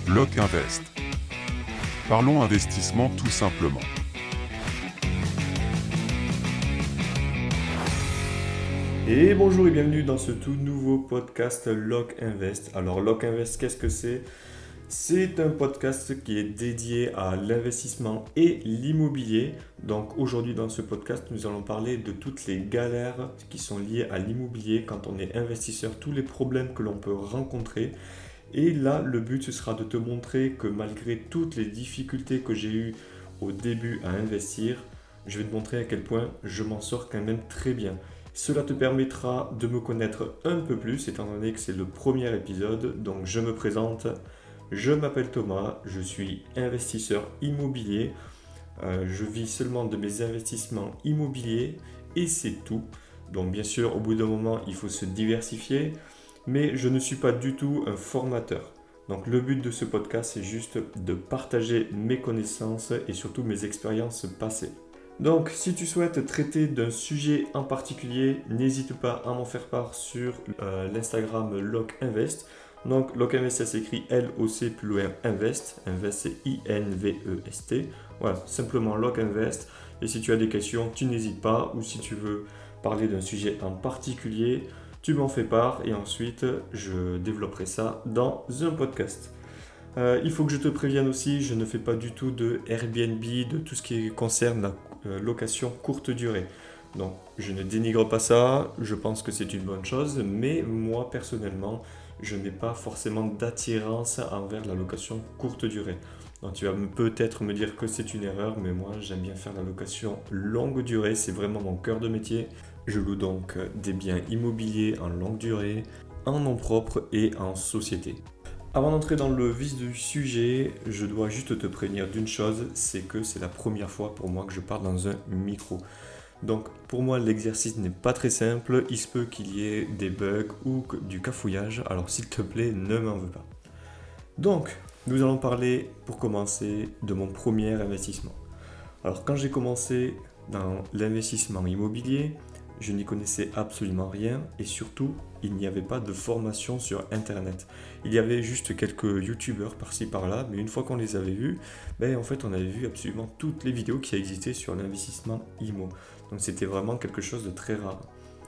Lock Invest. Parlons investissement tout simplement. Et bonjour et bienvenue dans ce tout nouveau podcast Lock Invest. Alors Lock Invest, qu'est-ce que c'est ? C'est un podcast qui est dédié à l'investissement et l'immobilier. Donc aujourd'hui dans ce podcast, nous allons parler de toutes les galères qui sont liées à l'immobilier quand on est investisseur, tous les problèmes que l'on peut rencontrer. Et là, le but ce sera de te montrer que malgré toutes les difficultés que j'ai eues au début à investir, je vais te montrer à quel point je m'en sors quand même très bien. Cela te permettra de me connaître un peu plus, étant donné que c'est le premier épisode. Donc je me présente, je m'appelle Thomas, je suis investisseur immobilier. Je vis seulement de mes investissements immobiliers et c'est tout. Donc bien sûr, au bout d'un moment, il faut se diversifier, mais je ne suis pas du tout un formateur. Donc le but de ce podcast, c'est juste de partager mes connaissances et surtout mes expériences passées. Donc, si tu souhaites traiter d'un sujet en particulier, n'hésite pas à m'en faire part sur l'Instagram Lock Invest. Donc, Lock Invest, ça s'écrit L-O-C plus loin Invest. Invest, c'est I-N-V-E-S-T. Voilà, simplement Lock Invest. Et si tu as des questions, tu n'hésites pas. Ou si tu veux parler d'un sujet en particulier, tu m'en fais part. Et ensuite, je développerai ça dans un podcast. Il faut que je te prévienne aussi, je ne fais pas du tout de Airbnb, de tout ce qui concerne la location courte durée. Donc je ne dénigre pas ça, je pense que c'est une bonne chose, mais moi personnellement, je n'ai pas forcément d'attirance envers la location courte durée. Donc tu vas peut-être me dire que c'est une erreur, mais moi j'aime bien faire la location longue durée, c'est vraiment mon cœur de métier. Je loue donc des biens immobiliers en longue durée, en nom propre et en société. Avant d'entrer dans le vif du sujet, je dois juste te prévenir d'une chose, c'est que c'est la première fois pour moi que je parle dans un micro. Donc pour moi l'exercice n'est pas très simple, il se peut qu'il y ait des bugs ou du cafouillage, alors s'il te plaît ne m'en veux pas. Donc nous allons parler pour commencer de mon premier investissement. Alors quand j'ai commencé dans l'investissement immobilier, je n'y connaissais absolument rien et surtout, il n'y avait pas de formation sur internet. Il y avait juste quelques youtubeurs par-ci par-là, mais une fois qu'on les avait vus, en fait on avait vu absolument toutes les vidéos qui existaient sur l'investissement IMO. Donc c'était vraiment quelque chose de très rare.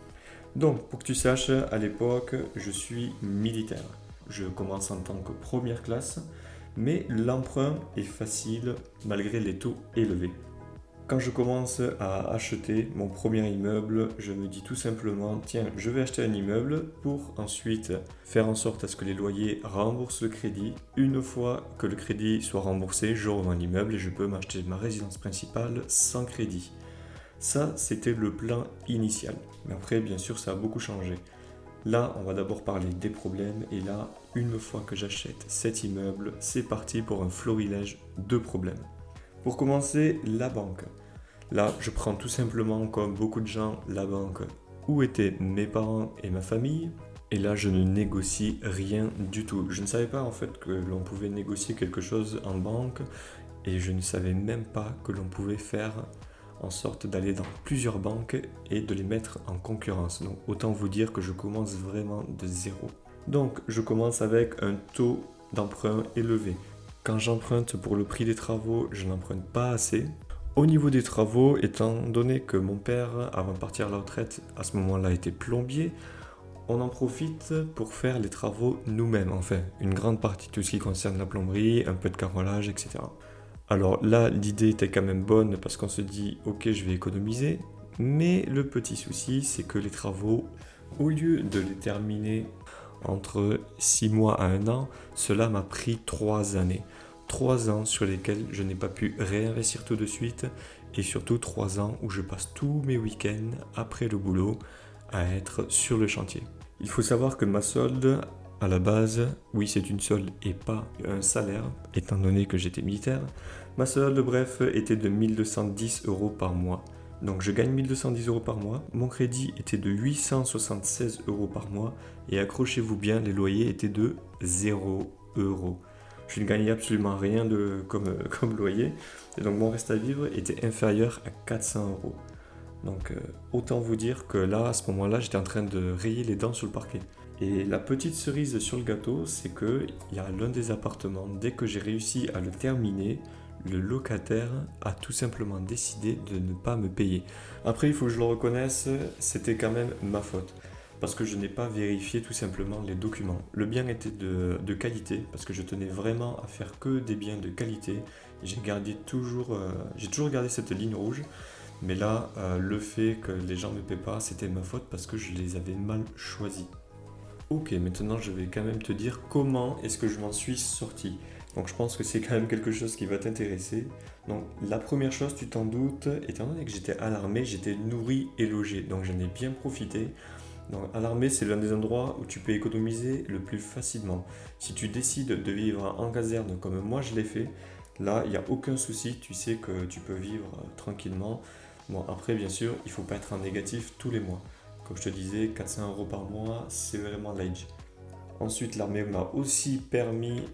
Donc pour que tu saches, à l'époque, je suis militaire. Je commence en tant que première classe, mais l'emprunt est facile malgré les taux élevés. Quand je commence à acheter mon premier immeuble, je me dis tout simplement, tiens, je vais acheter un immeuble pour ensuite faire en sorte à ce que les loyers remboursent le crédit. Une fois que le crédit soit remboursé, je revends l'immeuble et je peux m'acheter ma résidence principale sans crédit. Ça, c'était le plan initial. Mais après, bien sûr, ça a beaucoup changé. Là, on va d'abord parler des problèmes et là, une fois que j'achète cet immeuble, c'est parti pour un florilège de problèmes. Pour commencer, la banque. Là, je prends tout simplement, comme beaucoup de gens, la banque où étaient mes parents et ma famille. Et là, je ne négocie rien du tout. Je ne savais pas en fait que l'on pouvait négocier quelque chose en banque. Et je ne savais même pas que l'on pouvait faire en sorte d'aller dans plusieurs banques et de les mettre en concurrence. Donc autant vous dire que je commence vraiment de zéro. Donc je commence avec un taux d'emprunt élevé. Quand j'emprunte pour le prix des travaux, je n'emprunte pas assez. Au niveau des travaux, étant donné que mon père, avant de partir à la retraite, à ce moment-là était plombier, on en profite pour faire les travaux nous-mêmes, enfin, une grande partie, tout ce qui concerne la plomberie, un peu de carrelage, etc. Alors là, l'idée était quand même bonne parce qu'on se dit, ok, je vais économiser, mais le petit souci, c'est que les travaux, au lieu de les terminer entre 6 mois à 1 an, cela m'a pris 3 années. 3 ans sur lesquels je n'ai pas pu réinvestir tout de suite et surtout 3 ans où je passe tous mes week-ends après le boulot à être sur le chantier. Il faut savoir que ma solde, à la base, oui c'est une solde et pas un salaire, étant donné que j'étais militaire, ma solde bref était de 1210 € par mois. Donc je gagne 1210 € par mois, mon crédit était de 876 € par mois et accrochez-vous bien, les loyers étaient de 0 €. Je ne gagnais absolument rien comme loyer et donc mon reste à vivre était inférieur à 400 €. Donc autant vous dire que là, à ce moment-là, j'étais en train de rayer les dents sur le parquet. Et la petite cerise sur le gâteau, c'est qu'il y a l'un des appartements, dès que j'ai réussi à le terminer, le locataire a tout simplement décidé de ne pas me payer. Après, il faut que je le reconnaisse, c'était quand même ma faute. Parce que je n'ai pas vérifié tout simplement les documents. Le bien était de qualité, parce que je tenais vraiment à faire que des biens de qualité. J'ai toujours gardé cette ligne rouge. Mais là, le fait que les gens ne me paient pas, c'était ma faute parce que je les avais mal choisis. Ok, maintenant je vais quand même te dire comment est-ce que je m'en suis sorti. Donc je pense que c'est quand même quelque chose qui va t'intéresser. Donc la première chose, tu t'en doutes, étant donné que j'étais à l'armée, j'étais nourri et logé. Donc j'en ai bien profité. Donc à l'armée, c'est l'un des endroits où tu peux économiser le plus facilement. Si tu décides de vivre en caserne comme moi je l'ai fait, là, il n'y a aucun souci, tu sais que tu peux vivre tranquillement. Bon, après, bien sûr, il ne faut pas être en négatif tous les mois. Comme je te disais, 400 € par mois, c'est vraiment l'age. Ensuite, l'armée m'a aussi permis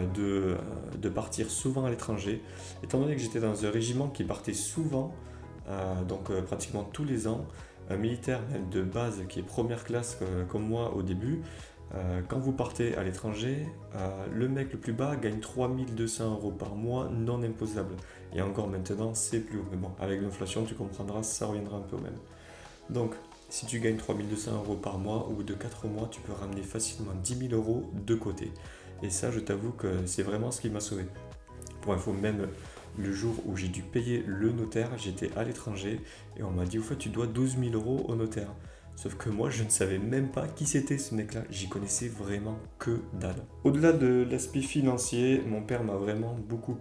de partir souvent à l'étranger. Étant donné que j'étais dans un régiment qui partait souvent, pratiquement tous les ans, un militaire même de base qui est première classe comme moi au début, quand vous partez à l'étranger, le mec le plus bas gagne 3200 € par mois non imposable. Et encore maintenant, c'est plus haut. Mais bon, avec l'inflation, tu comprendras, ça reviendra un peu au même. Donc, si tu gagnes 3200 € par mois, au bout de 4 mois, tu peux ramener facilement 10 000 € de côté. Et ça, je t'avoue que c'est vraiment ce qui m'a sauvé. Pour info, même le jour où j'ai dû payer le notaire, j'étais à l'étranger et on m'a dit, au fait, tu dois 12 000 € au notaire. Sauf que moi, je ne savais même pas qui c'était ce mec-là. J'y connaissais vraiment que dalle. Au-delà de l'aspect financier, mon père m'a vraiment beaucoup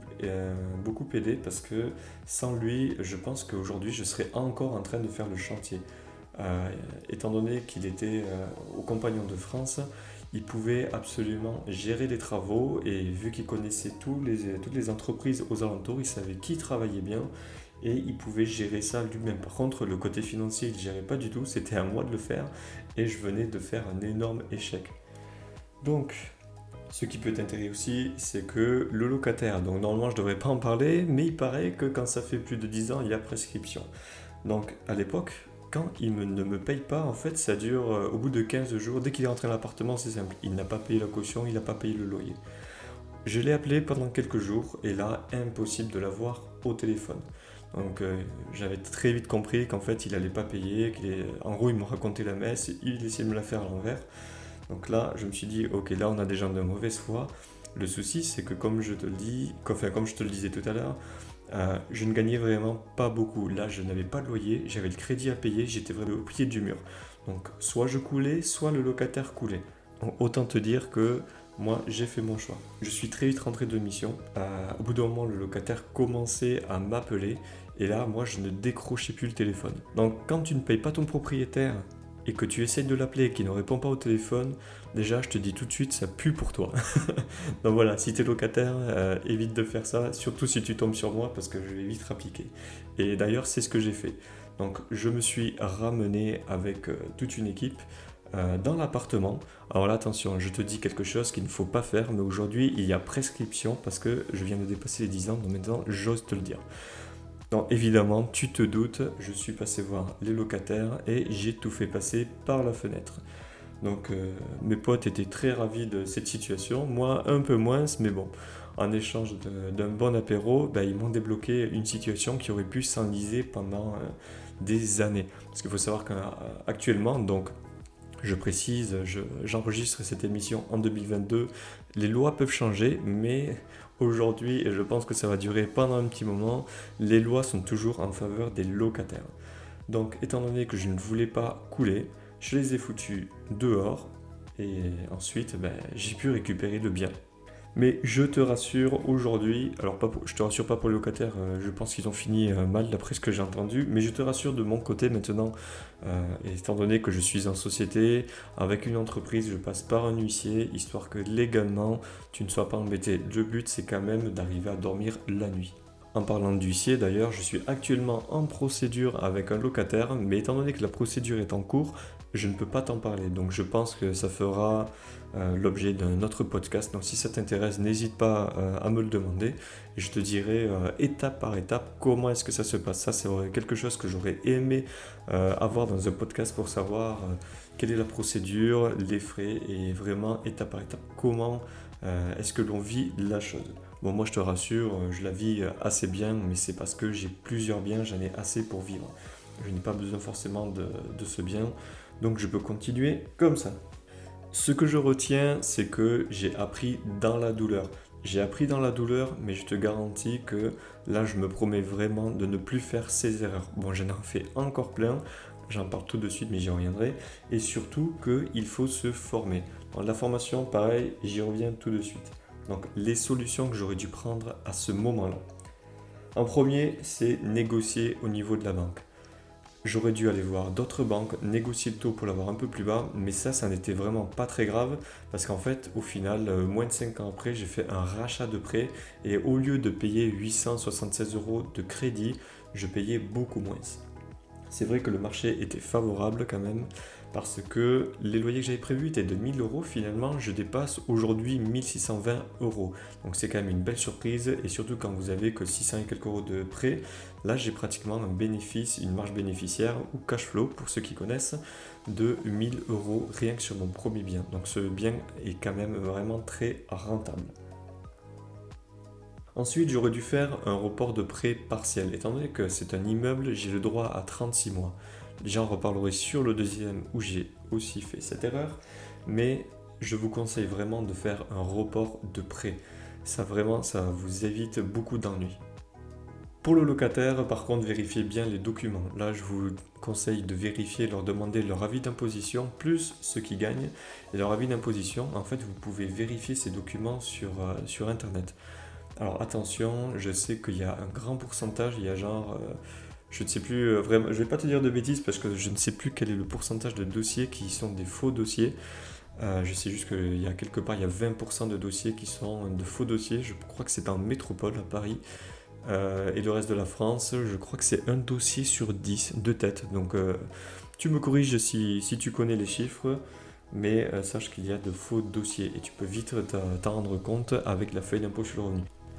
aidé parce que sans lui, je pense qu'aujourd'hui, je serais encore en train de faire le chantier. Étant donné qu'il était au Compagnon de France, il pouvait absolument gérer les travaux et vu qu'il connaissait toutes les entreprises aux alentours, il savait qui travaillait bien et il pouvait gérer ça lui-même. Par contre, le côté financier, il ne gérait pas du tout, c'était à moi de le faire et je venais de faire un énorme échec. Donc, ce qui peut t'intéresser aussi, c'est que le locataire, donc normalement je ne devrais pas en parler, mais il paraît que quand ça fait plus de 10 ans, il y a prescription. Donc à l'époque, quand il ne me paye pas, en fait, ça dure au bout de 15 jours. Dès qu'il est rentré dans l'appartement, c'est simple. Il n'a pas payé la caution, il n'a pas payé le loyer. Je l'ai appelé pendant quelques jours et là, impossible de l'avoir au téléphone. Donc j'avais très vite compris qu'en fait, il n'allait pas payer. En gros, il me racontait la messe, il essayait de me la faire à l'envers. Donc là, je me suis dit, ok, là, on a des gens de mauvaise foi. Le souci, c'est que comme je te le disais tout à l'heure, je ne gagnais vraiment pas beaucoup. Là, je n'avais pas de loyer, j'avais le crédit à payer, j'étais vraiment au pied du mur. Donc, soit je coulais, soit le locataire coulait. Donc, autant te dire que moi, j'ai fait mon choix. Je suis très vite rentré de mission. Au bout d'un moment, le locataire commençait à m'appeler. Et là, moi, je ne décrochais plus le téléphone. Donc, quand tu ne payes pas ton propriétaire et que tu essayes de l'appeler et qu'il ne répond pas au téléphone, déjà je te dis tout de suite, ça pue pour toi. Donc voilà, si tu es locataire, évite de faire ça, surtout si tu tombes sur moi parce que je vais vite rappliquer. Et d'ailleurs, c'est ce que j'ai fait. Donc je me suis ramené avec toute une équipe dans l'appartement. Alors là, attention, je te dis quelque chose qu'il ne faut pas faire, mais aujourd'hui, il y a prescription parce que je viens de dépasser les 10 ans, donc maintenant, j'ose te le dire. Donc évidemment, tu te doutes, je suis passé voir les locataires et j'ai tout fait passer par la fenêtre. Donc mes potes étaient très ravis de cette situation, moi un peu moins, mais bon, en échange d'un bon apéro, ils m'ont débloqué une situation qui aurait pu s'enliser pendant des années. Parce qu'il faut savoir qu'actuellement, donc je précise, j'enregistre cette émission en 2022, les lois peuvent changer, mais aujourd'hui, et je pense que ça va durer pendant un petit moment, les lois sont toujours en faveur des locataires. Donc, étant donné que je ne voulais pas couler, je les ai foutus dehors et ensuite, j'ai pu récupérer le bien. Mais je te rassure aujourd'hui, alors je te rassure pas pour les locataires, je pense qu'ils ont fini mal d'après ce que j'ai entendu, mais je te rassure de mon côté maintenant, étant donné que je suis en société, avec une entreprise, je passe par un huissier, histoire que légalement tu ne sois pas embêté. Le but c'est quand même d'arriver à dormir la nuit. En parlant d'huissier d'ailleurs, je suis actuellement en procédure avec un locataire, mais étant donné que la procédure est en cours, je ne peux pas t'en parler. Donc je pense que ça fera l'objet d'un autre podcast. Donc si ça t'intéresse, n'hésite pas à me le demander. Et je te dirai étape par étape comment est-ce que ça se passe. Ça, c'est quelque chose que j'aurais aimé avoir dans un podcast pour savoir quelle est la procédure, les frais et vraiment étape par étape comment est-ce que l'on vit la chose. Bon, moi je te rassure, je la vis assez bien, mais c'est parce que j'ai plusieurs biens, j'en ai assez pour vivre. Je n'ai pas besoin forcément de ce bien, donc je peux continuer comme ça. Ce que je retiens, c'est que j'ai appris dans la douleur. J'ai appris dans la douleur, mais je te garantis que là, je me promets vraiment de ne plus faire ces erreurs. Bon, j'en ai fait encore plein, j'en parle tout de suite, mais j'y reviendrai. Et surtout qu'il faut se former. Dans la formation, pareil, j'y reviens tout de suite. Donc, les solutions que j'aurais dû prendre à ce moment-là. En premier, c'est négocier au niveau de la banque. J'aurais dû aller voir d'autres banques, négocier le taux pour l'avoir un peu plus bas, mais ça n'était vraiment pas très grave parce qu'en fait, au final, moins de 5 ans après, j'ai fait un rachat de prêt et au lieu de payer 876 € de crédit, je payais beaucoup moins. C'est vrai que le marché était favorable quand même parce que les loyers que j'avais prévus étaient de 1000 €. Finalement, je dépasse aujourd'hui 1620 €. Donc c'est quand même une belle surprise et surtout quand vous avez que 600 et quelques euros de prêt, là j'ai pratiquement un bénéfice, une marge bénéficiaire ou cash flow pour ceux qui connaissent de 1000 € rien que sur mon premier bien. Donc ce bien est quand même vraiment très rentable. Ensuite, j'aurais dû faire un report de prêt partiel. Étant donné que c'est un immeuble, j'ai le droit à 36 mois. J'en reparlerai sur le deuxième où j'ai aussi fait cette erreur, mais je vous conseille vraiment de faire un report de prêt. Ça vous évite beaucoup d'ennuis. Pour le locataire, par contre, vérifiez bien les documents. Là, je vous conseille de vérifier, leur demander leur avis d'imposition, plus ceux qui gagnent. Et leur avis d'imposition, en fait, vous pouvez vérifier ces documents sur Internet. Alors attention, je sais qu'il y a un grand pourcentage, il y a je ne sais plus vraiment, je vais pas te dire de bêtises parce que je ne sais plus quel est le pourcentage de dossiers qui sont des faux dossiers. Je sais juste qu'il y a quelque part, il y a 20% de dossiers qui sont de faux dossiers, je crois que c'est en métropole à Paris. Et le reste de la France, je crois que c'est un dossier sur 10 de tête. Donc tu me corriges si tu connais les chiffres. Mais sache qu'il y a de faux dossiers et tu peux vite t'en rendre compte avec la feuille d'impôt sur le revenu.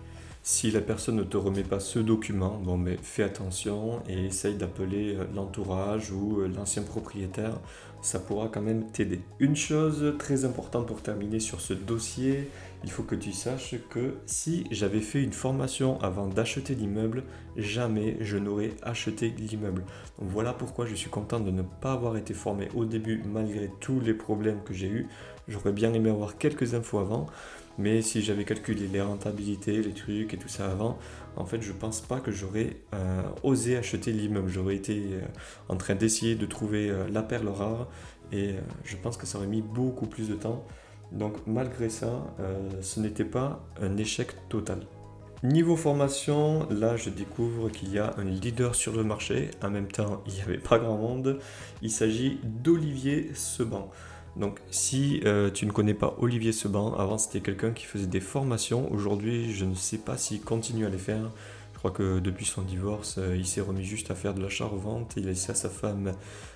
Si la personne ne te remet pas ce document, bon, mais fais attention et essaye d'appeler l'entourage ou l'ancien propriétaire, ça pourra quand même t'aider. Une chose très importante pour terminer sur ce dossier, il faut que tu saches que si j'avais fait une formation avant d'acheter l'immeuble, jamais je n'aurais acheté l'immeuble. Donc voilà pourquoi je suis content de ne pas avoir été formé au début malgré tous les problèmes que j'ai eus. J'aurais bien aimé avoir quelques infos avant. Mais si j'avais calculé les rentabilités, les trucs et tout ça avant, en fait, je pense pas que j'aurais osé acheter l'immeuble. J'aurais été en train d'essayer de trouver la perle rare et je pense que ça aurait mis beaucoup plus de temps. Donc, malgré ça, ce n'était pas un échec total. Niveau formation, là, je découvre qu'il y a un leader sur le marché. En même temps, il n'y avait pas grand monde. Il s'agit d'Olivier Seban. Donc si tu ne connais pas Olivier Seban, avant c'était quelqu'un qui faisait des formations, aujourd'hui je ne sais pas s'il continue à les faire. Je crois que depuis son divorce, il s'est remis juste à faire de l'achat-revente, il a laissé à sa femme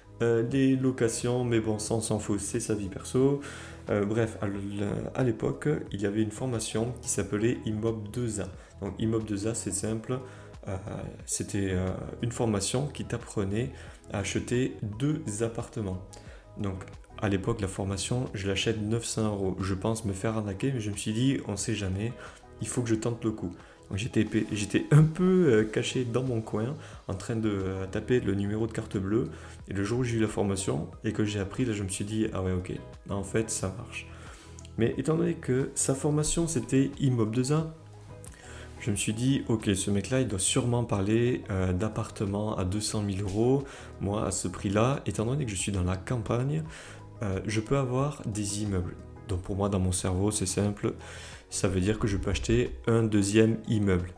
des locations, mais bon ça on s'en fout, c'est sa vie perso. Bref, à l'époque, il y avait une formation qui s'appelait Immeuble 2A. Donc Immeuble 2A c'est simple, c'était une formation qui t'apprenait à acheter 2 appartements. Donc à l'époque, la formation, je l'achète 900 €. Je pense me faire arnaquer, mais je me suis dit, on sait jamais, il faut que je tente le coup. Donc j'étais un peu caché dans mon coin, en train de taper le numéro de carte bleue. Et le jour où j'ai eu la formation et que j'ai appris, là, je me suis dit, ah ouais, ok, en fait, ça marche. Mais étant donné que sa formation, c'était Immeuble 2A, je me suis dit, ok, ce mec-là, il doit sûrement parler d'appartements à 200 000 €. Moi, à ce prix-là, étant donné que je suis dans la campagne, je peux avoir des immeubles. Donc pour moi, dans mon cerveau, c'est simple. Ça veut dire que je peux acheter un deuxième immeuble.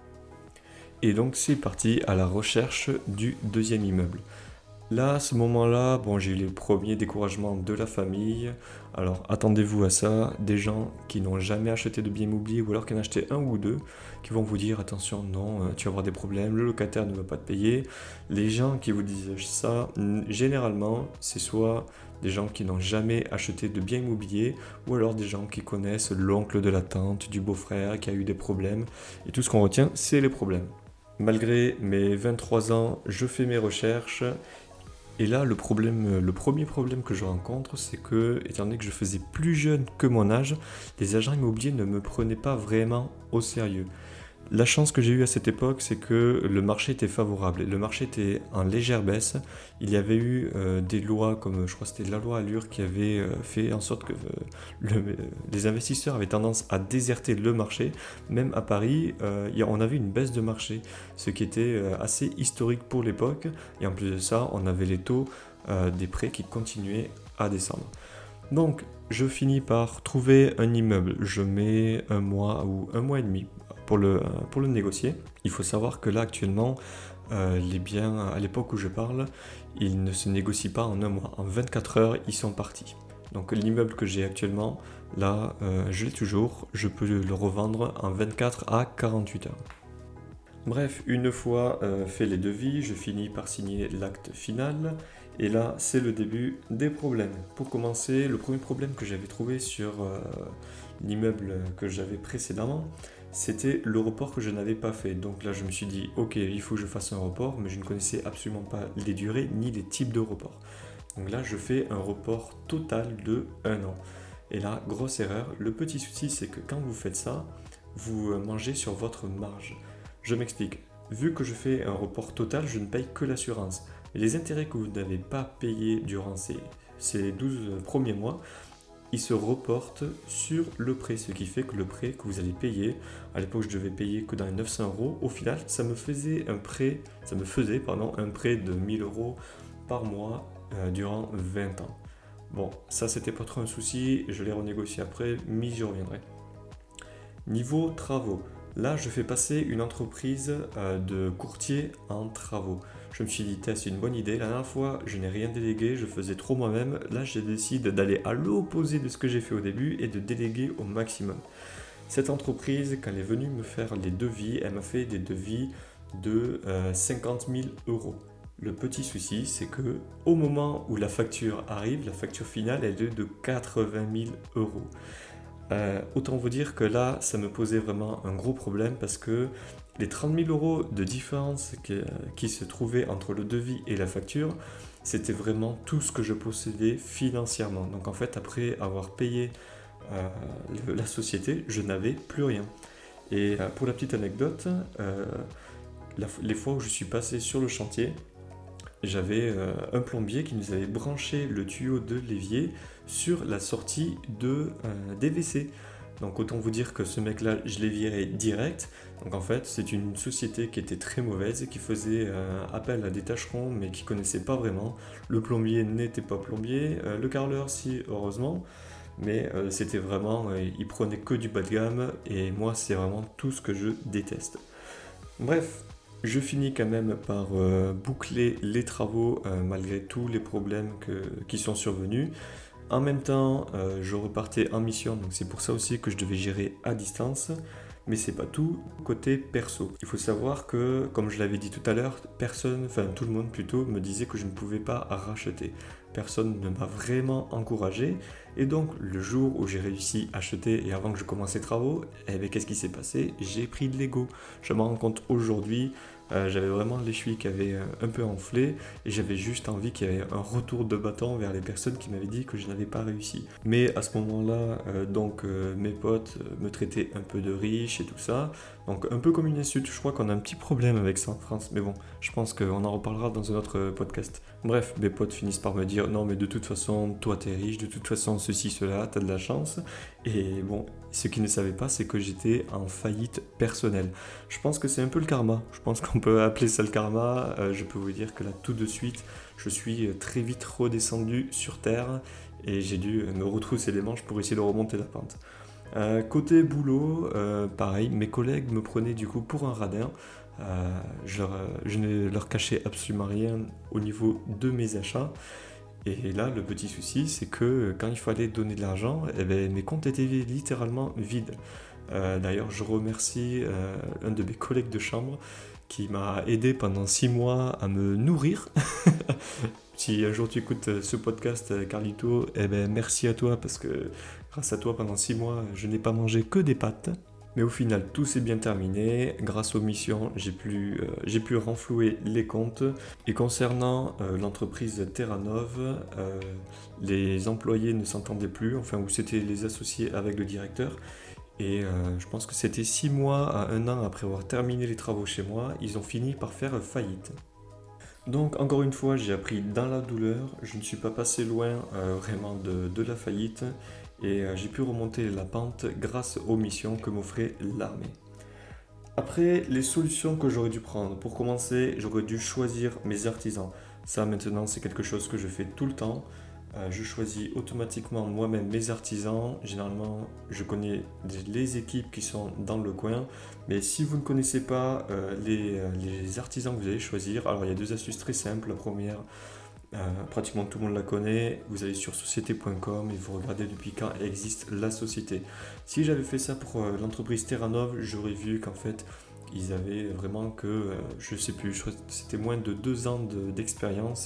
Et donc c'est parti à la recherche du deuxième immeuble. Là, à ce moment-là, bon, j'ai eu les premiers découragements de la famille. Alors attendez-vous à ça, des gens qui n'ont jamais acheté de bien immobilier ou alors qui en ont acheté un ou deux, qui vont vous dire attention, non, tu vas avoir des problèmes, le locataire ne va pas te payer. Les gens qui vous disent ça, généralement, c'est soit des gens qui n'ont jamais acheté de bien immobilier ou alors des gens qui connaissent l'oncle de la tante, du beau-frère qui a eu des problèmes. Et tout ce qu'on retient, c'est les problèmes. Malgré mes 23 ans, je fais mes recherches. Et là, le premier problème que je rencontre, c'est que, étant donné que je faisais plus jeune que mon âge, les agents immobiliers ne me prenaient pas vraiment au sérieux. La chance que j'ai eue à cette époque, c'est que le marché était favorable. Le marché était en légère baisse. Il y avait eu des lois, comme je crois que c'était la loi Allure, qui avait fait en sorte que les investisseurs avaient tendance à déserter le marché. Même à Paris, on avait une baisse de marché, ce qui était assez historique pour l'époque. Et en plus de ça, on avait les taux des prêts qui continuaient à descendre. Donc, je finis par trouver un immeuble. Je mets un mois ou un mois et demi pour le négocier. Il faut savoir que là, actuellement, les biens, à l'époque où je parle, ils ne se négocient pas en un mois. En 24 heures, ils sont partis. Donc, l'immeuble que j'ai actuellement, là, je l'ai toujours. Je peux le revendre en 24 à 48 heures. Bref, une fois fait les devis, je finis par signer l'acte final. Et là, c'est le début des problèmes. Pour commencer, le premier problème que j'avais trouvé sur l'immeuble que j'avais précédemment, c'était le report que je n'avais pas fait. Donc là, je me suis dit, ok, il faut que je fasse un report, mais je ne connaissais absolument pas les durées ni les types de reports. Donc là, je fais un report total de 1 an. Et là, grosse erreur. Le petit souci, c'est que quand vous faites ça, vous mangez sur votre marge. Je m'explique. Vu que je fais un report total, je ne paye que l'assurance. Les intérêts que vous n'avez pas payés durant ces 12 premiers mois, ils se reportent sur le prêt, ce qui fait que le prêt que vous allez payer, à l'époque je devais payer que dans les 900 €, au final ça me faisait un prêt de 1000 € par mois durant 20 ans. Bon, ça c'était pas trop un souci, je l'ai renégocié après, mais j'y reviendrai. Niveau travaux, là je fais passer une entreprise de courtier en travaux. Je me suis dit, c'est une bonne idée. La dernière fois, je n'ai rien délégué, je faisais trop moi-même. Là, j'ai décidé d'aller à l'opposé de ce que j'ai fait au début et de déléguer au maximum. Cette entreprise, quand elle est venue me faire les devis, elle m'a fait des devis de 50 000 €. Le petit souci, c'est que au moment où la facture arrive, la facture finale, elle est de 80 000 €. Autant vous dire que là, ça me posait vraiment un gros problème parce que les 30 000 € de différence qui se trouvaient entre le devis et la facture, c'était vraiment tout ce que je possédais financièrement. Donc en fait, après avoir payé la société, je n'avais plus rien. Et pour la petite anecdote, les fois où je suis passé sur le chantier, j'avais un plombier qui nous avait branché le tuyau de l'évier sur la sortie des WC. Donc autant vous dire que ce mec-là, je l'ai viré direct. Donc en fait, c'est une société qui était très mauvaise, qui faisait appel à des tâcherons, mais qui ne connaissait pas vraiment. Le plombier n'était pas plombier, le carreleur si, heureusement. Mais c'était vraiment, il prenait que du bas de gamme, et moi c'est vraiment tout ce que je déteste. Bref, je finis quand même par boucler les travaux malgré tous les problèmes qui sont survenus. En même temps, je repartais en mission, donc c'est pour ça aussi que je devais gérer à distance. Mais c'est pas tout côté perso. Il faut savoir que, comme je l'avais dit tout à l'heure, tout le monde plutôt, me disait que je ne pouvais pas racheter. Personne ne m'a vraiment encouragé. Et donc, le jour où j'ai réussi à acheter et avant que je commence les travaux, qu'est-ce qui s'est passé? J'ai pris de l'ego. Je m'en rends compte aujourd'hui. J'avais vraiment l'échui qui avait un peu enflé et j'avais juste envie qu'il y ait un retour de bâton vers les personnes qui m'avaient dit que je n'avais pas réussi. Mais à ce moment-là, mes potes me traitaient un peu de riche et tout ça, donc un peu comme une insulte. Je crois qu'on a un petit problème avec ça en France, mais bon, je pense qu'on en reparlera dans un autre podcast. Bref, mes potes finissent par me dire non mais de toute façon, toi t'es riche, de toute façon ceci, cela, t'as de la chance. Et bon, ce qu'ils ne savaient pas, c'est que j'étais en faillite personnelle. Je pense que c'est un peu le karma. Je pense qu'on peut appeler ça le karma. Je peux vous dire que là, tout de suite, je suis très vite redescendu sur terre et j'ai dû me retrousser les manches pour essayer de remonter la pente. Côté boulot, pareil, mes collègues me prenaient du coup pour un radin. Je ne leur cachais absolument rien au niveau de mes achats. Et là, le petit souci, c'est que quand il fallait donner de l'argent, mes comptes étaient littéralement vides. D'ailleurs, je remercie un de mes collègues de chambre qui m'a aidé pendant 6 mois à me nourrir. Si un jour tu écoutes ce podcast, Carlito, merci à toi parce que grâce à toi, pendant 6 mois, je n'ai pas mangé que des pâtes. Mais au final, tout s'est bien terminé. Grâce aux missions, j'ai pu renflouer les comptes. Et concernant l'entreprise Terranov, les employés ne s'entendaient plus, enfin, ou c'était les associés avec le directeur. Et je pense que c'était 6 mois à 1 an après avoir terminé les travaux chez moi, ils ont fini par faire faillite. Donc encore une fois, j'ai appris dans la douleur, je ne suis pas passé loin vraiment de la faillite et j'ai pu remonter la pente grâce aux missions que m'offrait l'armée. Après, les solutions que j'aurais dû prendre, pour commencer, j'aurais dû choisir mes artisans. Ça maintenant, c'est quelque chose que je fais tout le temps. Je choisis automatiquement moi-même mes artisans. Généralement, je connais les équipes qui sont dans le coin. Mais si vous ne connaissez pas les artisans que vous allez choisir, alors il y a 2 astuces très simples. La première, pratiquement tout le monde la connaît. Vous allez sur société.com et vous regardez depuis quand existe la société. Si j'avais fait ça pour l'entreprise Terranov, j'aurais vu qu'en fait, ils avaient vraiment que, je sais plus, je crois que c'était moins de 2 ans d'expérience.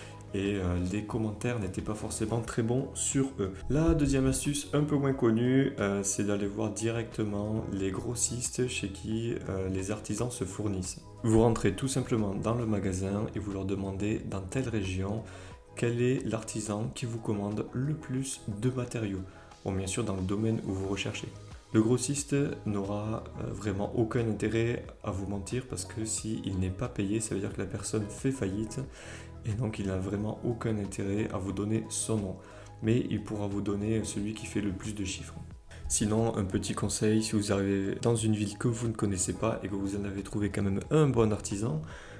Et les commentaires n'étaient pas forcément très bons sur eux. La deuxième astuce, un peu moins connue, c'est d'aller voir directement les grossistes chez qui les artisans se fournissent. Vous rentrez tout simplement dans le magasin et vous leur demandez dans telle région quel est l'artisan qui vous commande le plus de matériaux. Bon, bien sûr, dans le domaine où vous recherchez. Le grossiste n'aura vraiment aucun intérêt à vous mentir parce que s'il n'est pas payé, ça veut dire que la personne fait faillite. Et donc il n'a vraiment aucun intérêt à vous donner son nom. Mais il pourra vous donner celui qui fait le plus de chiffres. Sinon, un petit conseil, si vous arrivez dans une ville que vous ne connaissez pas et que vous en avez trouvé quand même un bon artisan,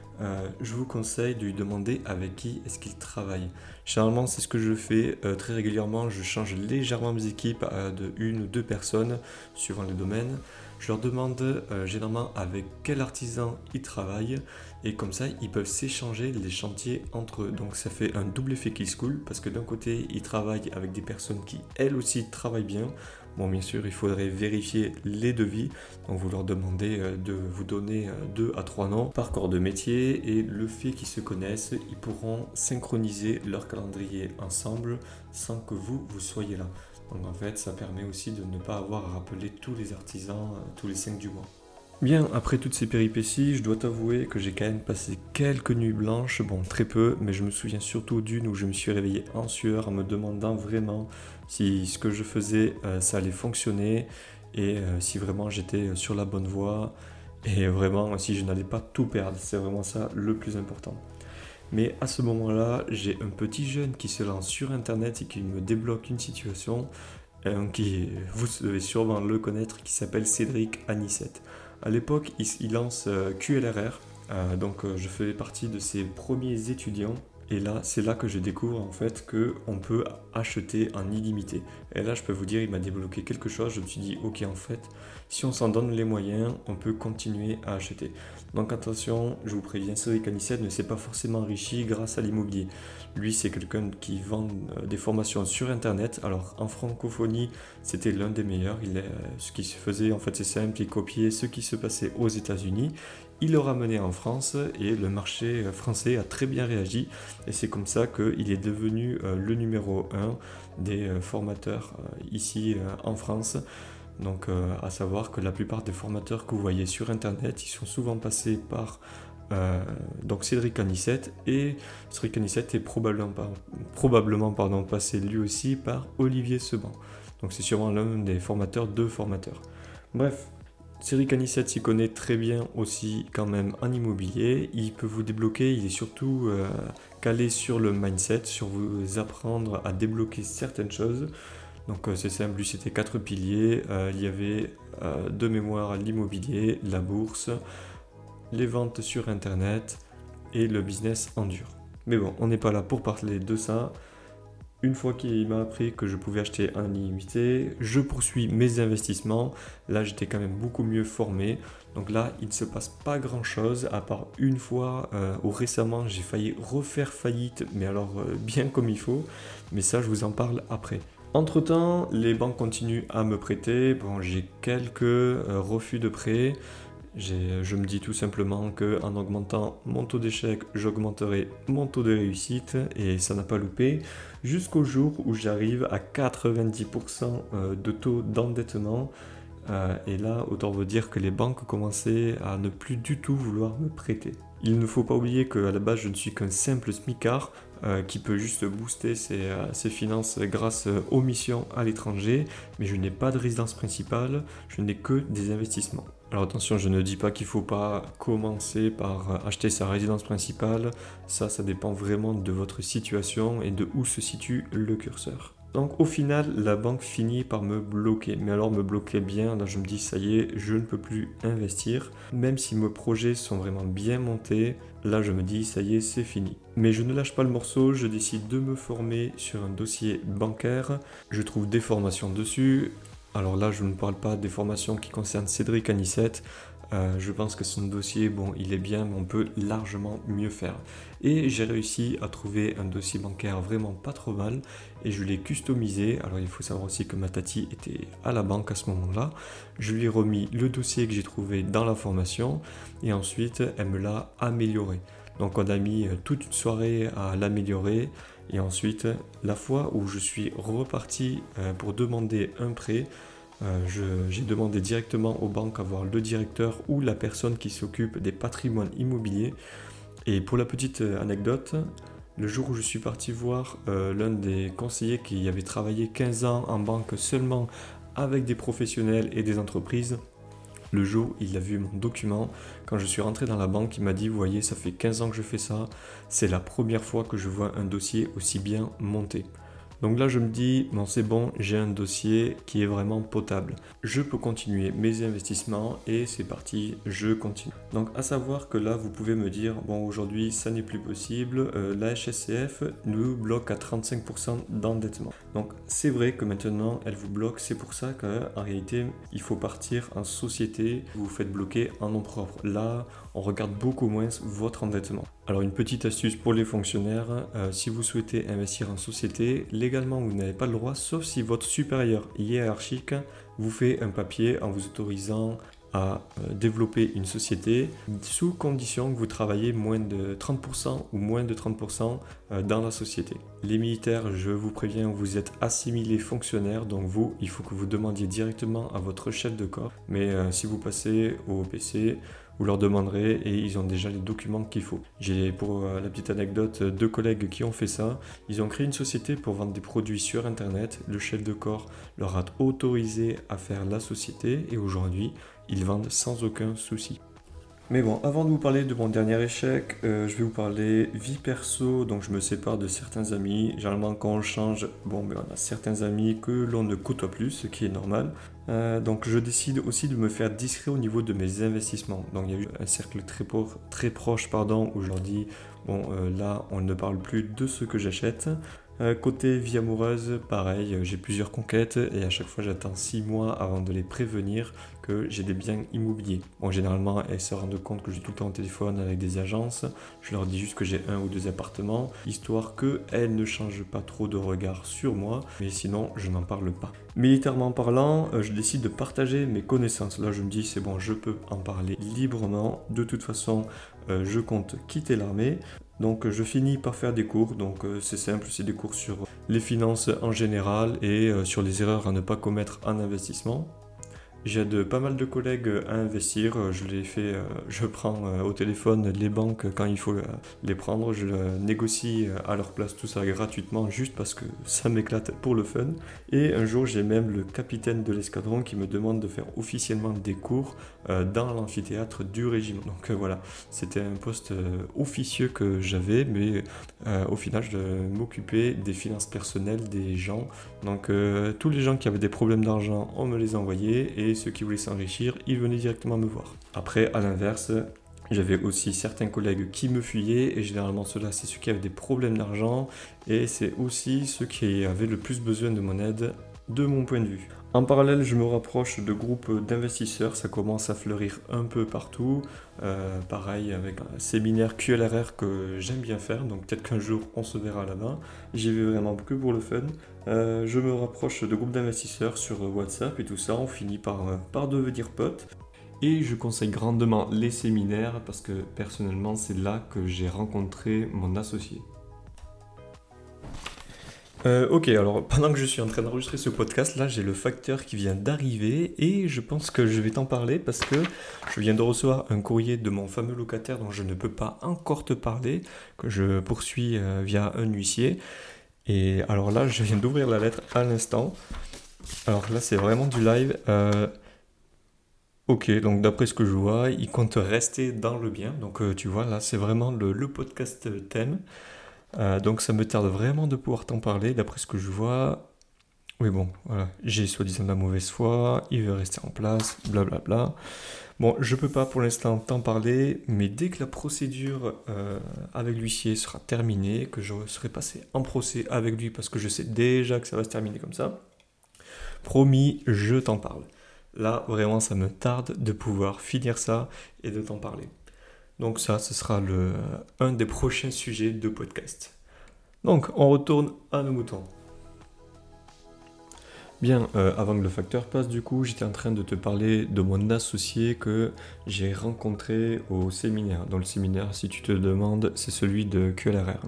je vous conseille de lui demander avec qui est-ce qu'il travaille. Généralement, c'est ce que je fais très régulièrement. Je change légèrement mes équipes de 1 ou 2 personnes suivant les domaines. Je leur demande généralement avec quel artisan ils travaillent et comme ça, ils peuvent s'échanger les chantiers entre eux. Donc ça fait un double effet qui se coule parce que d'un côté, ils travaillent avec des personnes qui, elles aussi, travaillent bien. Bon, bien sûr, il faudrait vérifier les devis. Donc vous leur demandez de vous donner 2 à 3 noms par corps de métier et le fait qu'ils se connaissent, ils pourront synchroniser leur calendrier ensemble sans que vous soyez là. Donc en fait, ça permet aussi de ne pas avoir à rappeler tous les artisans tous les 5 du mois. Bien, après toutes ces péripéties, je dois t'avouer que j'ai quand même passé quelques nuits blanches, bon très peu, mais je me souviens surtout d'une où je me suis réveillé en sueur en me demandant vraiment si ce que je faisais, ça allait fonctionner et si vraiment j'étais sur la bonne voie et vraiment si je n'allais pas tout perdre, c'est vraiment ça le plus important. Mais à ce moment-là, j'ai un petit jeune qui se lance sur internet et qui me débloque une situation qui, vous devez sûrement le connaître, qui s'appelle Cédric Anissette. À l'époque, il lance QLRR, donc je faisais partie de ses premiers étudiants. Et là, c'est là que je découvre en fait qu'on peut acheter en illimité. Et là, je peux vous dire, il m'a débloqué quelque chose. Je me suis dit, ok, en fait, si on s'en donne les moyens, on peut continuer à acheter. Donc attention, je vous préviens, Cédric Anissette ne s'est pas forcément enrichi grâce à l'immobilier. Lui, c'est quelqu'un qui vend des formations sur Internet. Alors en francophonie, c'était l'un des meilleurs. Ce qui se faisait, en fait, c'est simple, il copiait ce qui se passait aux États-Unis. Il l'a ramené en France et le marché français a très bien réagi et c'est comme ça qu'il est devenu le numéro 1 des formateurs ici en France. Donc à savoir que la plupart des formateurs que vous voyez sur internet, ils sont souvent passés par donc Cédric Anissette et Cédric Anissette est probablement passé lui aussi par Olivier Seban. Donc c'est sûrement l'un des formateurs de formateurs. Bref. Cédric Anissette s'y connaît très bien aussi quand même en immobilier, il peut vous débloquer, il est surtout calé sur le mindset, sur vous apprendre à débloquer certaines choses. Donc c'est simple, lui c'était 4 piliers, il y avait de mémoire l'immobilier, la bourse, les ventes sur internet et le business en dur. Mais bon, on n'est pas là pour parler de ça. Une fois qu'il m'a appris que je pouvais acheter en illimité, je poursuis mes investissements. Là, j'étais quand même beaucoup mieux formé. Donc là, il ne se passe pas grand-chose, à part une fois où récemment, j'ai failli refaire faillite, mais alors bien comme il faut. Mais ça, je vous en parle après. Entre-temps, les banques continuent à me prêter. Bon, j'ai quelques refus de prêt. Je me dis tout simplement qu'en augmentant mon taux d'échec, j'augmenterai mon taux de réussite et ça n'a pas loupé jusqu'au jour où j'arrive à 90% de taux d'endettement. Et là, autant vous dire que les banques commençaient à ne plus du tout vouloir me prêter. Il ne faut pas oublier qu'à la base, je ne suis qu'un simple smicard qui peut juste booster ses finances grâce aux missions à l'étranger, mais je n'ai pas de résidence principale, je n'ai que des investissements. Alors attention, je ne dis pas qu'il ne faut pas commencer par acheter sa résidence principale, ça dépend vraiment de votre situation et de où se situe le curseur. Donc au final, la banque finit par me bloquer. Mais alors me bloquer bien, là je me dis ça y est, je ne peux plus investir. Même si mes projets sont vraiment bien montés, là je me dis ça y est, c'est fini. Mais je ne lâche pas le morceau, je décide de me former sur un dossier bancaire. Je trouve des formations dessus. Alors là je ne parle pas des formations qui concernent Cédric Anissette. Je pense que son dossier, bon, il est bien, mais on peut largement mieux faire. Et j'ai réussi à trouver un dossier bancaire vraiment pas trop mal, et je l'ai customisé. Alors il faut savoir aussi que ma tati était à la banque à ce moment-là. Je lui ai remis le dossier que j'ai trouvé dans la formation, et ensuite elle me l'a amélioré. Donc on a mis toute une soirée à l'améliorer, et ensuite la fois où je suis reparti pour demander un prêt, j'ai demandé directement aux banques à voir le directeur ou la personne qui s'occupe des patrimoines immobiliers. Et pour la petite anecdote, le jour où je suis parti voir l'un des conseillers qui avait travaillé 15 ans en banque seulement avec des professionnels et des entreprises, le jour où il a vu mon document, quand je suis rentré dans la banque, il m'a dit « Vous voyez, ça fait 15 ans que je fais ça, c'est la première fois que je vois un dossier aussi bien monté. » Donc là je me dis, bon c'est bon, j'ai un dossier qui est vraiment potable. Je peux continuer mes investissements et c'est parti, je continue. Donc à savoir que là vous pouvez me dire, bon aujourd'hui ça n'est plus possible, la HSCF nous bloque à 35% d'endettement. Donc c'est vrai que maintenant elle vous bloque, c'est pour ça qu'en réalité il faut partir en société, vous vous faites bloquer en nom propre. Là on regarde beaucoup moins votre endettement. Alors une petite astuce pour les fonctionnaires, si vous souhaitez investir en société, légalement vous n'avez pas le droit, sauf si votre supérieur hiérarchique vous fait un papier en vous autorisant à développer une société sous condition que vous travaillez moins de 30% ou moins de 30% dans la société. Les militaires, je vous préviens, vous êtes assimilés fonctionnaires, donc vous, il faut que vous demandiez directement à votre chef de corps. Mais si vous passez au OPC, vous leur demanderez et ils ont déjà les documents qu'il faut. J'ai pour la petite anecdote 2 collègues qui ont fait ça. Ils ont créé une société pour vendre des produits sur internet. Le chef de corps leur a autorisé à faire la société et aujourd'hui ils vendent sans aucun souci. Mais bon, avant de vous parler de mon dernier échec, je vais vous parler vie perso. Donc je me sépare de certains amis. Généralement quand on change, bon ben on a certains amis que l'on ne côtoie plus, ce qui est normal. Donc je décide aussi de me faire discret au niveau de mes investissements. Donc il y a eu un cercle très proche où je leur dis, bon là on ne parle plus de ce que j'achète. Côté vie amoureuse, pareil, j'ai plusieurs conquêtes et à chaque fois j'attends 6 mois avant de les prévenir que j'ai des biens immobiliers. Bon, généralement, elles se rendent compte que je suis tout le temps au téléphone avec des agences. Je leur dis juste que j'ai 1 ou 2 appartements, histoire qu'elles ne changent pas trop de regard sur moi, mais sinon, je n'en parle pas. Militairement parlant, je décide de partager mes connaissances. Là, je me dis, c'est bon, je peux en parler librement. De toute façon, je compte quitter l'armée. Donc je finis par faire des cours, donc c'est simple, c'est des cours sur les finances en général et sur les erreurs à ne pas commettre en investissement. J'aide pas mal de collègues à investir, je prends au téléphone les banques quand il faut les prendre, je négocie à leur place tout ça gratuitement juste parce que ça m'éclate pour le fun. Et un jour j'ai même le capitaine de l'escadron qui me demande de faire officiellement des cours dans l'amphithéâtre du régiment. Donc voilà, c'était un poste officieux que j'avais, mais au final je m'occupais des finances personnelles des gens. Donc tous les gens qui avaient des problèmes d'argent, on me les envoyait et ceux qui voulaient s'enrichir, ils venaient directement me voir. Après, à l'inverse, j'avais aussi certains collègues qui me fuyaient et généralement ceux-là, c'est ceux qui avaient des problèmes d'argent et c'est aussi ceux qui avaient le plus besoin de mon aide de mon point de vue. En parallèle, je me rapproche de groupes d'investisseurs, ça commence à fleurir un peu partout. Pareil avec un séminaire QLRR que j'aime bien faire, donc peut-être qu'un jour on se verra là-bas. J'y vais vraiment que pour le fun. Je me rapproche de groupes d'investisseurs sur WhatsApp et tout ça, on finit par devenir potes. Et je conseille grandement les séminaires parce que personnellement c'est là que j'ai rencontré mon associé. Ok, alors pendant que je suis en train d'enregistrer ce podcast, là j'ai le facteur qui vient d'arriver et je pense que je vais t'en parler parce que je viens de recevoir un courrier de mon fameux locataire dont je ne peux pas encore te parler, que je poursuis via un huissier. Et alors là, je viens d'ouvrir la lettre à l'instant. Alors là, c'est vraiment du live. Ok, donc d'après ce que je vois, il compte rester dans le bien. Donc tu vois, là, c'est vraiment le podcast thème. Donc ça me tarde vraiment de pouvoir t'en parler. D'après ce que je vois, oui bon, voilà, j'ai soi-disant de la mauvaise foi, il veut rester en place, blablabla. Bon, je peux pas pour l'instant t'en parler, mais dès que la procédure avec l'huissier sera terminée, que je serai passé en procès avec lui parce que je sais déjà que ça va se terminer comme ça, promis, je t'en parle. Là, vraiment, ça me tarde de pouvoir finir ça et de t'en parler. Donc ça, ce sera un des prochains sujets de podcast. Donc, on retourne à nos moutons. Bien, avant que le facteur passe, du coup, j'étais en train de te parler de mon associé que j'ai rencontré au séminaire. Dans le séminaire, si tu te demandes, c'est celui de QLRR.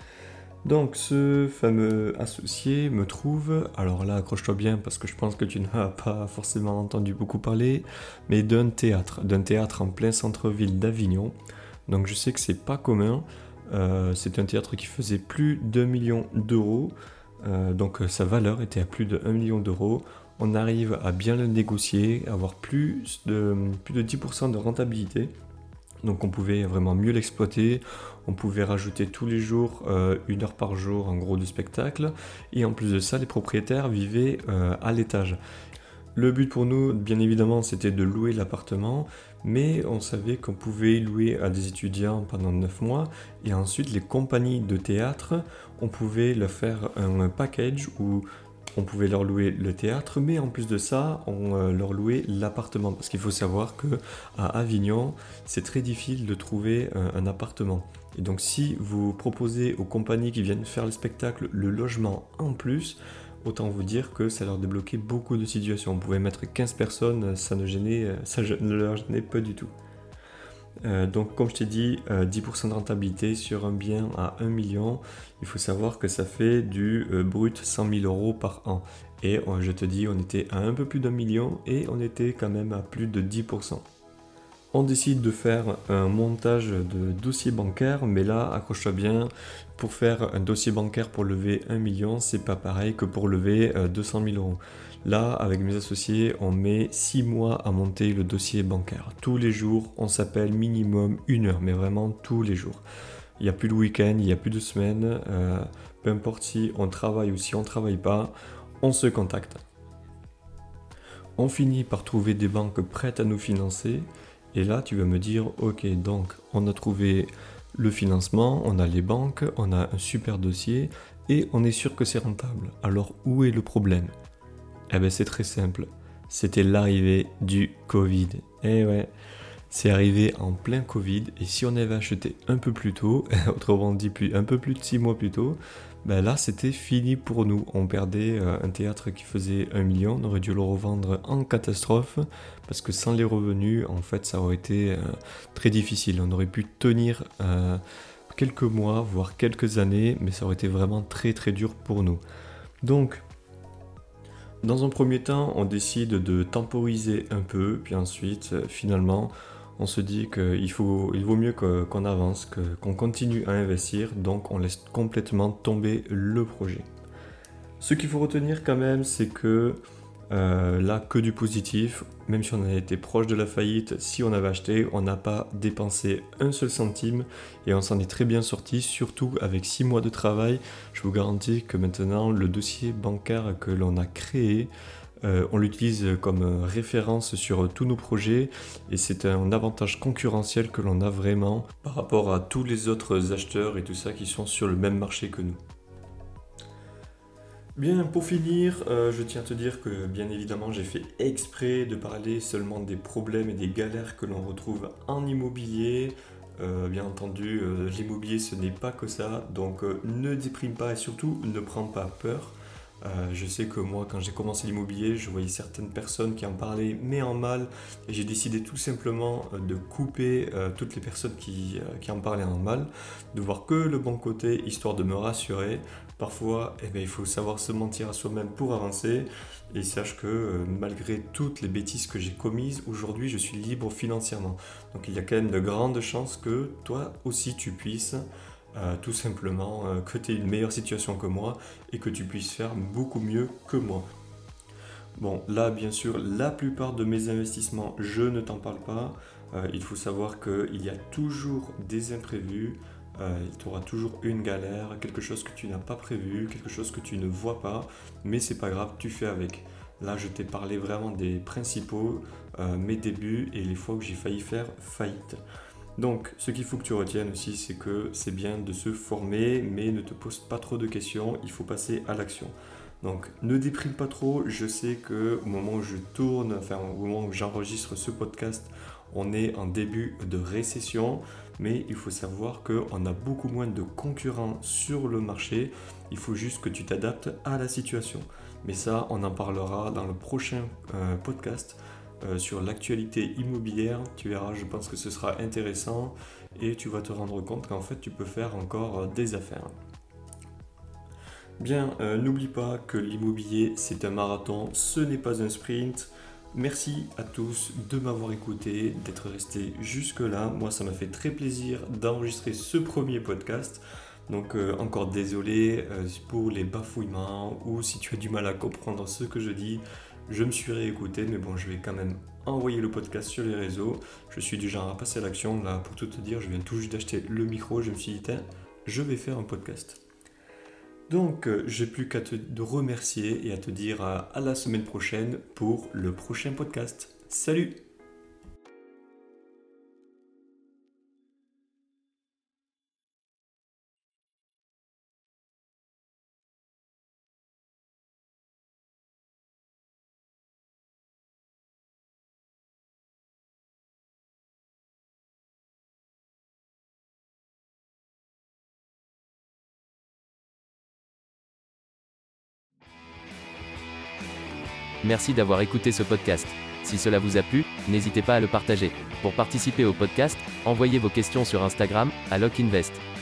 Donc, ce fameux associé me trouve, alors là, accroche-toi bien parce que je pense que tu n'as pas forcément entendu beaucoup parler, mais d'un théâtre en plein centre-ville d'Avignon. Donc, je sais que c'est pas commun. C'est un théâtre qui faisait plus d'1 million d'euros. Donc sa valeur était à plus de 1 million d'euros. On arrive à bien le négocier, à avoir plus de 10% de rentabilité. Donc on pouvait vraiment mieux l'exploiter. On pouvait rajouter tous les jours 1 heure par jour en gros de spectacle. Et en plus de ça, les propriétaires vivaient à l'étage. Le but pour nous, bien évidemment, c'était de louer l'appartement, mais on savait qu'on pouvait louer à des étudiants pendant 9 mois, et ensuite les compagnies de théâtre, on pouvait leur faire un package où on pouvait leur louer le théâtre, mais en plus de ça, on leur louait l'appartement, parce qu'il faut savoir que à Avignon, c'est très difficile de trouver un appartement. Et donc si vous proposez aux compagnies qui viennent faire le spectacle le logement en plus, autant vous dire que ça leur débloquait beaucoup de situations. On pouvait mettre 15 personnes, ça ne leur gênait pas du tout. Donc comme je t'ai dit, 10% de rentabilité sur un bien à 1 million, il faut savoir que ça fait du brut 100 000 euros par an. Et je te dis, on était à un peu plus d'1 million et on était quand même à plus de 10%. On décide de faire un montage de dossier bancaire, mais là, accroche-toi bien, pour faire un dossier bancaire pour lever 1 million, c'est pas pareil que pour lever 200 000 euros. Là, avec mes associés, on met 6 mois à monter le dossier bancaire. Tous les jours, on s'appelle minimum 1 heure, mais vraiment tous les jours. Il n'y a plus de week-end, il n'y a plus de semaine, peu importe si on travaille ou si on ne travaille pas, on se contacte. On finit par trouver des banques prêtes à nous financer. Et là, tu vas me dire, ok, donc on a trouvé le financement, on a les banques, on a un super dossier et on est sûr que c'est rentable. Alors où est le problème ? Eh bien c'est très simple, c'était l'arrivée du Covid. Eh ouais, c'est arrivé en plein Covid et si on avait acheté un peu plus tôt, autrement dit un peu plus de 6 mois plus tôt, ben là c'était fini pour nous. On perdait un théâtre qui faisait 1 million, on aurait dû le revendre en catastrophe parce que sans les revenus, en fait ça aurait été très difficile. On aurait pu tenir quelques mois, voire quelques années, mais ça aurait été vraiment très très dur pour nous. Donc, dans un premier temps, on décide de temporiser un peu, puis ensuite, finalement, on se dit il vaut mieux qu'on avance, qu'on continue à investir, donc on laisse complètement tomber le projet. Ce qu'il faut retenir quand même, c'est que là, que du positif, même si on a été proche de la faillite, si on avait acheté, on n'a pas dépensé un seul centime et on s'en est très bien sorti, surtout avec 6 mois de travail. Je vous garantis que maintenant, le dossier bancaire que l'on a créé, on l'utilise comme référence sur tous nos projets et c'est un avantage concurrentiel que l'on a vraiment par rapport à tous les autres acheteurs et tout ça qui sont sur le même marché que nous. Bien, pour finir, je tiens à te dire que bien évidemment j'ai fait exprès de parler seulement des problèmes et des galères que l'on retrouve en immobilier. Bien entendu, l'immobilier ce n'est pas que ça, donc ne déprime pas et surtout ne prends pas peur. Je sais que moi, quand j'ai commencé l'immobilier, je voyais certaines personnes qui en parlaient, mais en mal, et j'ai décidé tout simplement de couper toutes les personnes qui en parlaient en mal, de voir que le bon côté, histoire de me rassurer. Parfois, il faut savoir se mentir à soi-même pour avancer. Et sache que malgré toutes les bêtises que j'ai commises, aujourd'hui je suis libre financièrement. Donc il y a quand même de grandes chances que toi aussi tu puisses tout simplement que tu aies une meilleure situation que moi et que tu puisses faire beaucoup mieux que moi. Bon, là, bien sûr, la plupart de mes investissements, je ne t'en parle pas. Il faut savoir qu'il y a toujours des imprévus. Tu auras toujours une galère, quelque chose que tu n'as pas prévu, quelque chose que tu ne vois pas. Mais c'est pas grave, tu fais avec. Là, je t'ai parlé vraiment des principaux, mes débuts et les fois où j'ai failli faire faillite. Donc, ce qu'il faut que tu retiennes aussi, c'est que c'est bien de se former, mais ne te pose pas trop de questions, il faut passer à l'action. Donc, ne déprime pas trop, je sais qu'au moment où je tourne, enfin au moment où j'enregistre ce podcast, on est en début de récession, mais il faut savoir qu'on a beaucoup moins de concurrents sur le marché, il faut juste que tu t'adaptes à la situation. Mais ça, on en parlera dans le prochain podcast. Sur l'actualité immobilière, tu verras, je pense que ce sera intéressant et tu vas te rendre compte qu'en fait tu peux faire encore des affaires. Bien, n'oublie pas que l'immobilier c'est un marathon, ce n'est pas un sprint. Merci à tous de m'avoir écouté, d'être resté jusque là. Moi ça m'a fait très plaisir d'enregistrer ce premier podcast. Donc encore désolé pour les bafouillements ou si tu as du mal à comprendre ce que je dis. Je me suis réécouté, mais bon, je vais quand même envoyer le podcast sur les réseaux. Je suis du genre à passer à l'action. Là, pour tout te dire, je viens tout juste d'acheter le micro. Je me suis dit, je vais faire un podcast. Donc, j'ai plus qu'à te remercier et à te dire à la semaine prochaine pour le prochain podcast. Salut! Merci d'avoir écouté ce podcast. Si cela vous a plu, n'hésitez pas à le partager. Pour participer au podcast, envoyez vos questions sur Instagram, à LocInvest.